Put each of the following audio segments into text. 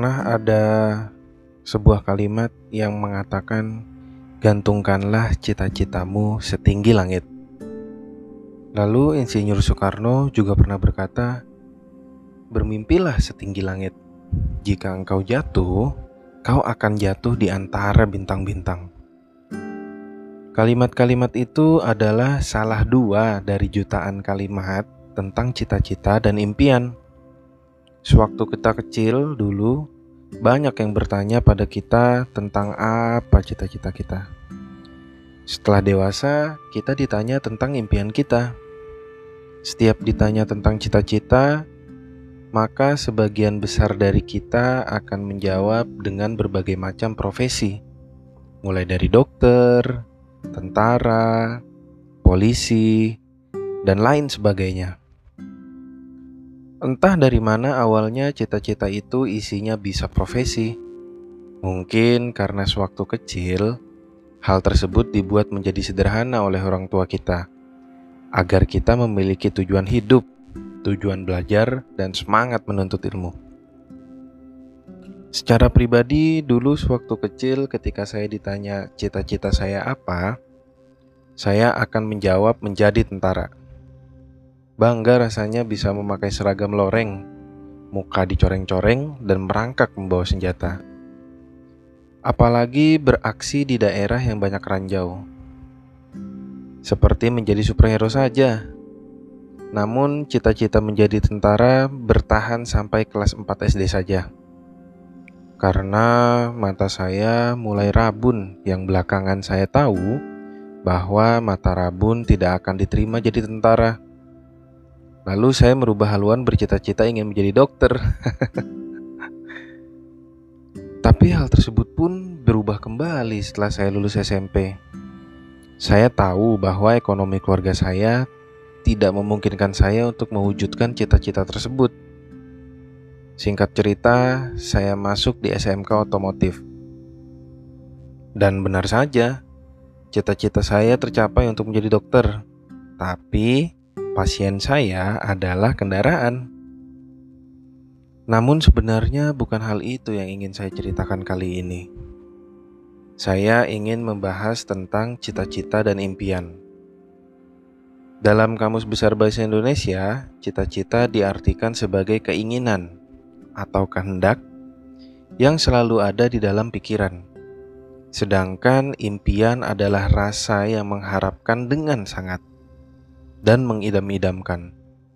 Pernah ada sebuah kalimat yang mengatakan, "Gantungkanlah cita-citamu setinggi langit." Lalu Insinyur Soekarno juga pernah berkata, "Bermimpilah setinggi langit. Jika engkau jatuh, kau akan jatuh di antara bintang-bintang." Kalimat-kalimat itu adalah salah dua dari jutaan kalimat tentang cita-cita dan impian. Sewaktu kita kecil dulu, banyak yang bertanya pada kita tentang apa cita-cita kita. Setelah dewasa, kita ditanya tentang impian kita. Setiap ditanya tentang cita-cita, maka sebagian besar dari kita akan menjawab dengan berbagai macam profesi, mulai dari dokter, tentara, polisi, dan lain sebagainya. Entah dari mana awalnya cita-cita itu isinya bisa profesi. Mungkin karena sewaktu kecil, hal tersebut dibuat menjadi sederhana oleh orang tua kita, agar kita memiliki tujuan hidup, tujuan belajar, dan semangat menuntut ilmu. Secara pribadi, dulu sewaktu kecil ketika saya ditanya cita-cita saya apa, saya akan menjawab menjadi tentara. Bangga rasanya bisa memakai seragam loreng, muka dicoreng-coreng, dan merangkak membawa senjata. Apalagi beraksi di daerah yang banyak ranjau. Seperti menjadi superhero saja. Namun cita-cita menjadi tentara bertahan sampai kelas 4 SD saja. Karena mata saya mulai rabun, yang belakangan saya tahu bahwa mata rabun tidak akan diterima jadi tentara. Lalu saya merubah haluan bercita-cita ingin menjadi dokter. Tapi hal tersebut pun berubah kembali setelah saya lulus SMP. Saya tahu bahwa ekonomi keluarga saya tidak memungkinkan saya untuk mewujudkan cita-cita tersebut. Singkat cerita, saya masuk di SMK Otomotif. Dan benar saja, cita-cita saya tercapai untuk menjadi dokter. Tapi pasien saya adalah kendaraan. Namun sebenarnya bukan hal itu yang ingin saya ceritakan kali ini. Saya ingin membahas tentang cita-cita dan impian. Dalam Kamus Besar Bahasa Indonesia, cita-cita diartikan sebagai keinginan atau kehendak yang selalu ada di dalam pikiran. Sedangkan impian adalah rasa yang mengharapkan dengan sangat dan mengidam-idamkan.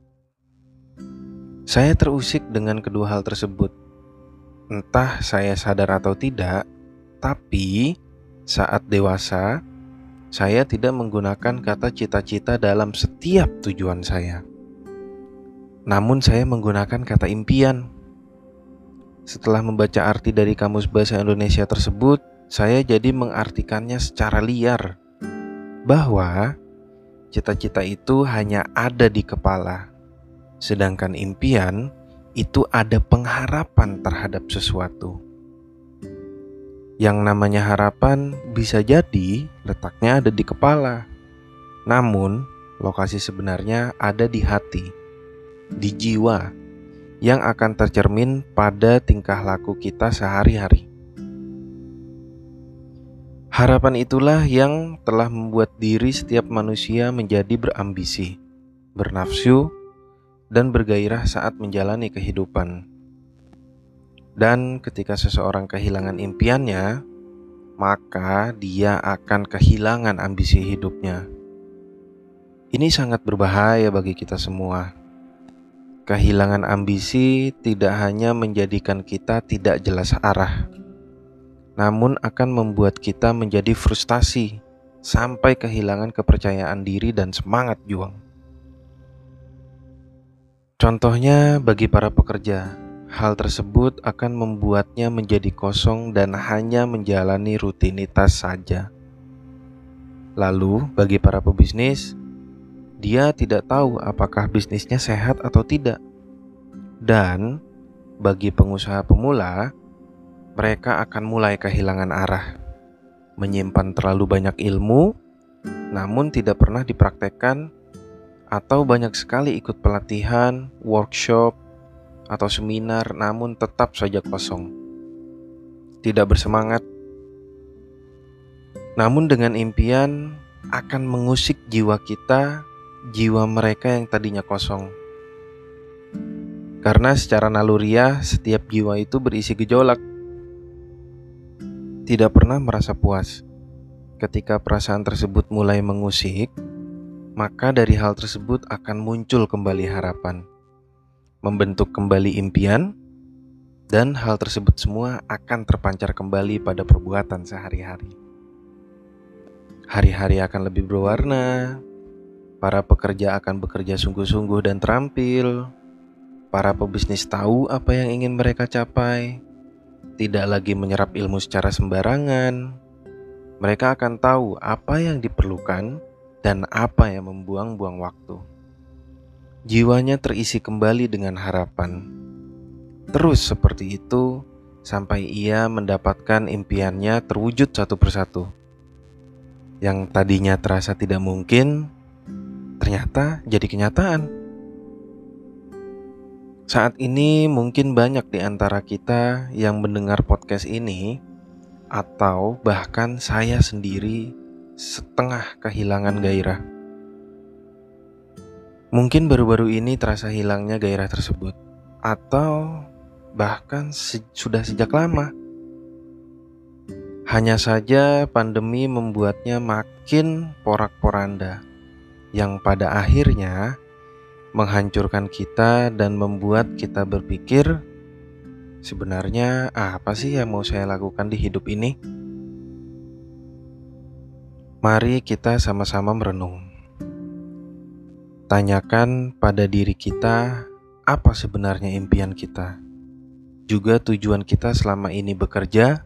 Saya terusik dengan kedua hal tersebut. Entah saya sadar atau tidak, tapi saat dewasa, saya tidak menggunakan kata cita-cita dalam setiap tujuan saya. Namun saya menggunakan kata impian. Setelah membaca arti dari Kamus Bahasa Indonesia tersebut, saya jadi mengartikannya secara liar, bahwa cita-cita itu hanya ada di kepala, sedangkan impian itu ada pengharapan terhadap sesuatu. Yang namanya harapan bisa jadi letaknya ada di kepala, namun lokasi sebenarnya ada di hati, di jiwa, yang akan tercermin pada tingkah laku kita sehari-hari. Harapan itulah yang telah membuat diri setiap manusia menjadi berambisi, bernafsu, dan bergairah saat menjalani kehidupan. Dan ketika seseorang kehilangan impiannya, maka dia akan kehilangan ambisi hidupnya. Ini sangat berbahaya bagi kita semua. Kehilangan ambisi tidak hanya menjadikan kita tidak jelas arah, namun akan membuat kita menjadi frustasi sampai kehilangan kepercayaan diri dan semangat juang. Contohnya bagi para pekerja, hal tersebut akan membuatnya menjadi kosong dan hanya menjalani rutinitas saja. Lalu bagi para pebisnis, dia tidak tahu apakah bisnisnya sehat atau tidak. Dan bagi pengusaha pemula, mereka akan mulai kehilangan arah, menyimpan terlalu banyak ilmu, namun tidak pernah dipraktekkan, atau banyak sekali ikut pelatihan, workshop, atau seminar, namun tetap saja kosong. tidak bersemangat. Namun dengan impian akan mengusik jiwa kita, jiwa mereka yang tadinya kosong. Karena secara naluriah setiap jiwa itu berisi gejolak. Tidak pernah merasa puas. Ketika perasaan tersebut mulai mengusik, maka dari hal tersebut akan muncul kembali harapan, membentuk kembali impian, dan hal tersebut semua akan terpancar kembali pada perbuatan sehari-hari. Hari-hari akan lebih berwarna, para pekerja akan bekerja sungguh-sungguh dan terampil, para pebisnis tahu apa yang ingin mereka capai, tidak lagi menyerap ilmu secara sembarangan. Mereka akan tahu apa yang diperlukan dan apa yang membuang-buang waktu. Jiwanya terisi kembali dengan harapan. Terus seperti itu sampai ia mendapatkan impiannya terwujud satu persatu. Yang tadinya terasa tidak mungkin, ternyata jadi kenyataan. Saat ini mungkin banyak di antara kita yang mendengar podcast ini, atau bahkan saya sendiri setengah kehilangan gairah. Mungkin baru-baru ini terasa hilangnya gairah tersebut, atau bahkan sudah sejak lama. Hanya saja pandemi membuatnya makin porak-poranda, yang pada akhirnya menghancurkan kita dan membuat kita berpikir, sebenarnya apa sih yang mau saya lakukan di hidup ini? Mari kita sama-sama merenung. Tanyakan pada diri kita, apa sebenarnya impian kita? Juga tujuan kita selama ini bekerja,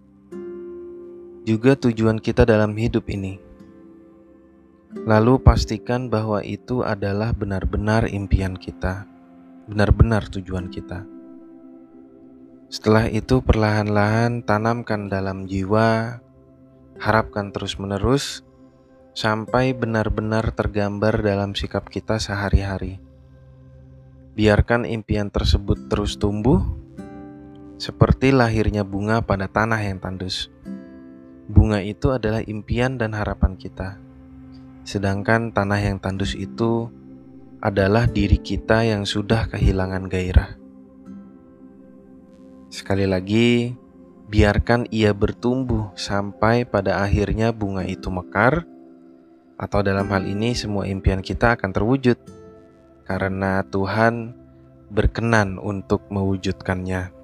juga tujuan kita dalam hidup ini. Lalu pastikan bahwa itu adalah benar-benar impian kita, benar-benar tujuan kita. Setelah itu perlahan-lahan tanamkan dalam jiwa, harapkan terus-menerus, sampai benar-benar tergambar dalam sikap kita sehari-hari. Biarkan impian tersebut terus tumbuh, seperti lahirnya bunga pada tanah yang tandus. Bunga itu adalah impian dan harapan kita. Sedangkan tanah yang tandus itu adalah diri kita yang sudah kehilangan gairah. Sekali lagi, biarkan ia bertumbuh sampai pada akhirnya bunga itu mekar, atau dalam hal ini semua impian kita akan terwujud, karena Tuhan berkenan untuk mewujudkannya.